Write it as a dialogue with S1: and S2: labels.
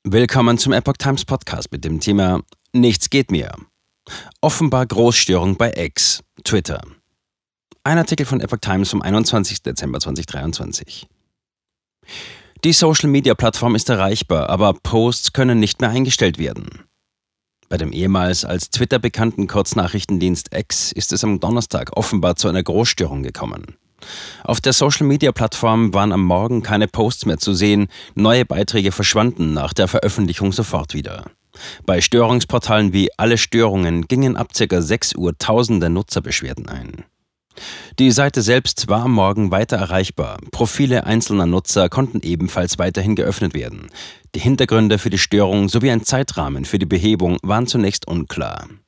S1: Willkommen zum Epoch Times Podcast mit dem Thema Nichts geht mehr. Offenbar Großstörung bei X, Twitter. Ein Artikel von Epoch Times vom 21. Dezember 2023. Die Social-Media-Plattform ist erreichbar, aber Posts können nicht mehr eingestellt werden. Bei dem ehemals als Twitter bekannten Kurznachrichtendienst X ist es am Donnerstag offenbar zu einer Großstörung gekommen. Auf der Social-Media-Plattform waren am Morgen keine Posts mehr zu sehen, neue Beiträge verschwanden nach der Veröffentlichung sofort wieder. Bei Störungsportalen wie Alle Störungen gingen ab ca. 6 Uhr tausende Nutzerbeschwerden ein. Die Seite selbst war am Morgen weiter erreichbar, Profile einzelner Nutzer konnten ebenfalls weiterhin geöffnet werden. Die Hintergründe für die Störung sowie ein Zeitrahmen für die Behebung waren zunächst unklar.